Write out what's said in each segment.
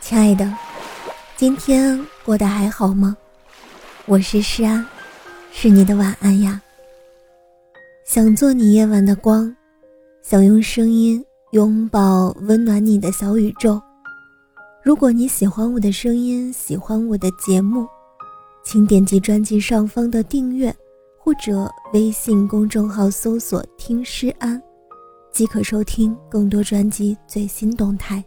亲爱的，今天过得还好吗？我是诗安，是你的晚安呀。想做你夜晚的光，想用声音拥抱温暖你的小宇宙。如果你喜欢我的声音，喜欢我的节目，请点击专辑上方的订阅，或者微信公众号搜索听诗安，即可收听更多专辑最新动态。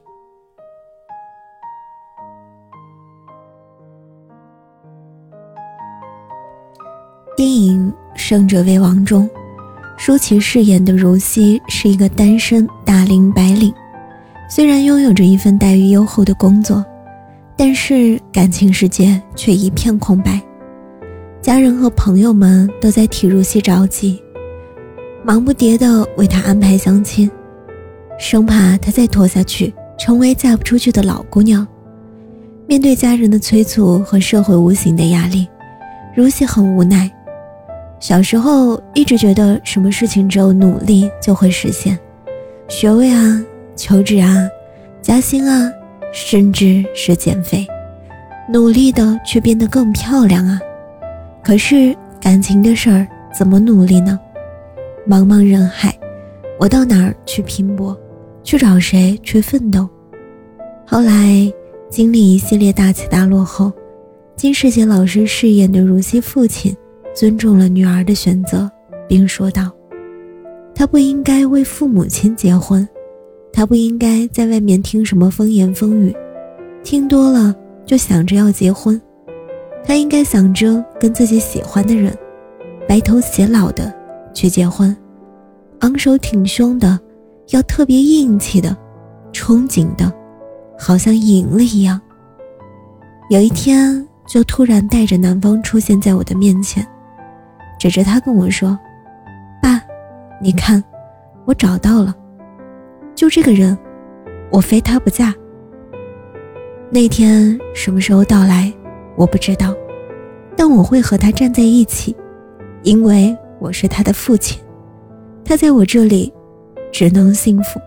电影《胜者为王》中，舒淇饰演的如熙是一个单身大龄白领，虽然拥有着一份待遇优厚的工作，但是感情世界却一片空白。家人和朋友们都在替如熙着急，忙不迭地为她安排相亲，生怕她再拖下去成为嫁不出去的老姑娘。面对家人的催促和社会无形的压力，如熙很无奈。小时候一直觉得什么事情只有努力就会实现，学位啊，求职啊，加薪啊，甚至是减肥，努力的去变得更漂亮啊。可是感情的事儿怎么努力呢？茫茫人海，我到哪儿去拼搏，去找谁去奋斗？后来经历一系列大起大落后，金世杰老师饰演的如熙父亲尊重了女儿的选择，并说道，她不应该为父母亲结婚，她不应该在外面听什么风言风语，听多了就想着要结婚，她应该想着跟自己喜欢的人白头偕老的去结婚，昂首挺胸的，要特别硬气的，憧憬的，好像赢了一样。有一天就突然带着男方出现在我的面前，指着他跟我说，爸，你看，我找到了，就这个人，我非他不嫁。那天什么时候到来我不知道，但我会和他站在一起，因为我是他的父亲，他在我这里只能幸福。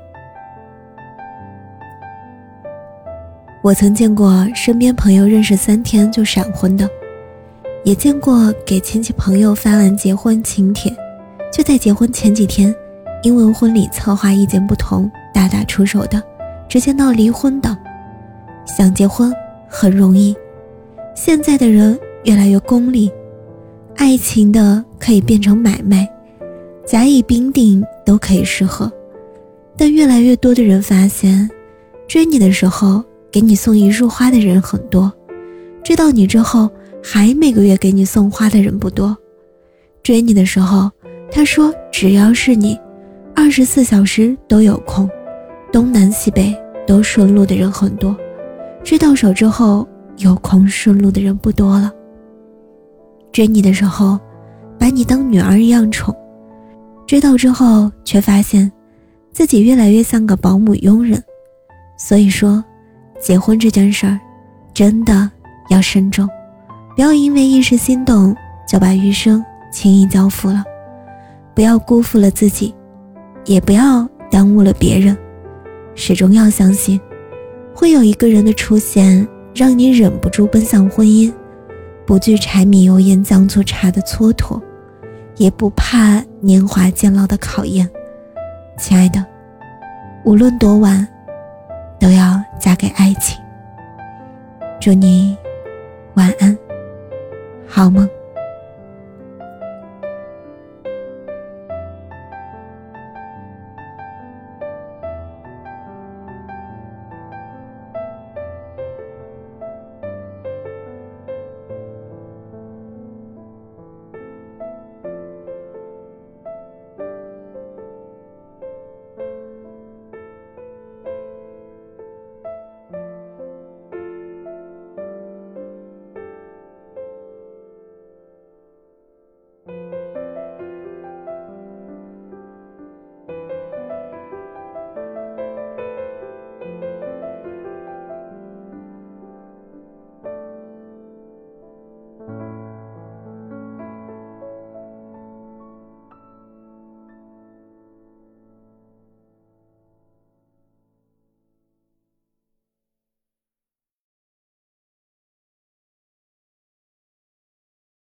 我曾见过身边朋友认识3天就闪婚的，也见过给亲戚朋友发完结婚请帖，就在结婚前几天因为婚礼策划意见不同大打出手的，直接闹离婚的。想结婚很容易，现在的人越来越功利，爱情的可以变成买卖，甲乙丙丁都可以适合，但越来越多的人发现，追你的时候给你送一束花的人很多，追到你之后还每个月给你送花的人不多。追你的时候他说只要是你24小时都有空，东南西北都顺路的人很多，追到手之后有空顺路的人不多了。追你的时候把你当女儿一样宠，追到之后却发现自己越来越像个保姆佣人。所以说结婚这件事儿真的要慎重，不要因为一时心动就把余生轻易交付了，不要辜负了自己，也不要耽误了别人。始终要相信会有一个人的出现让你忍不住奔向婚姻，不惧柴米油盐酱醋茶的蹉跎，也不怕年华渐老的考验。亲爱的，无论多晚都要嫁给爱情。祝你晚安，好梦。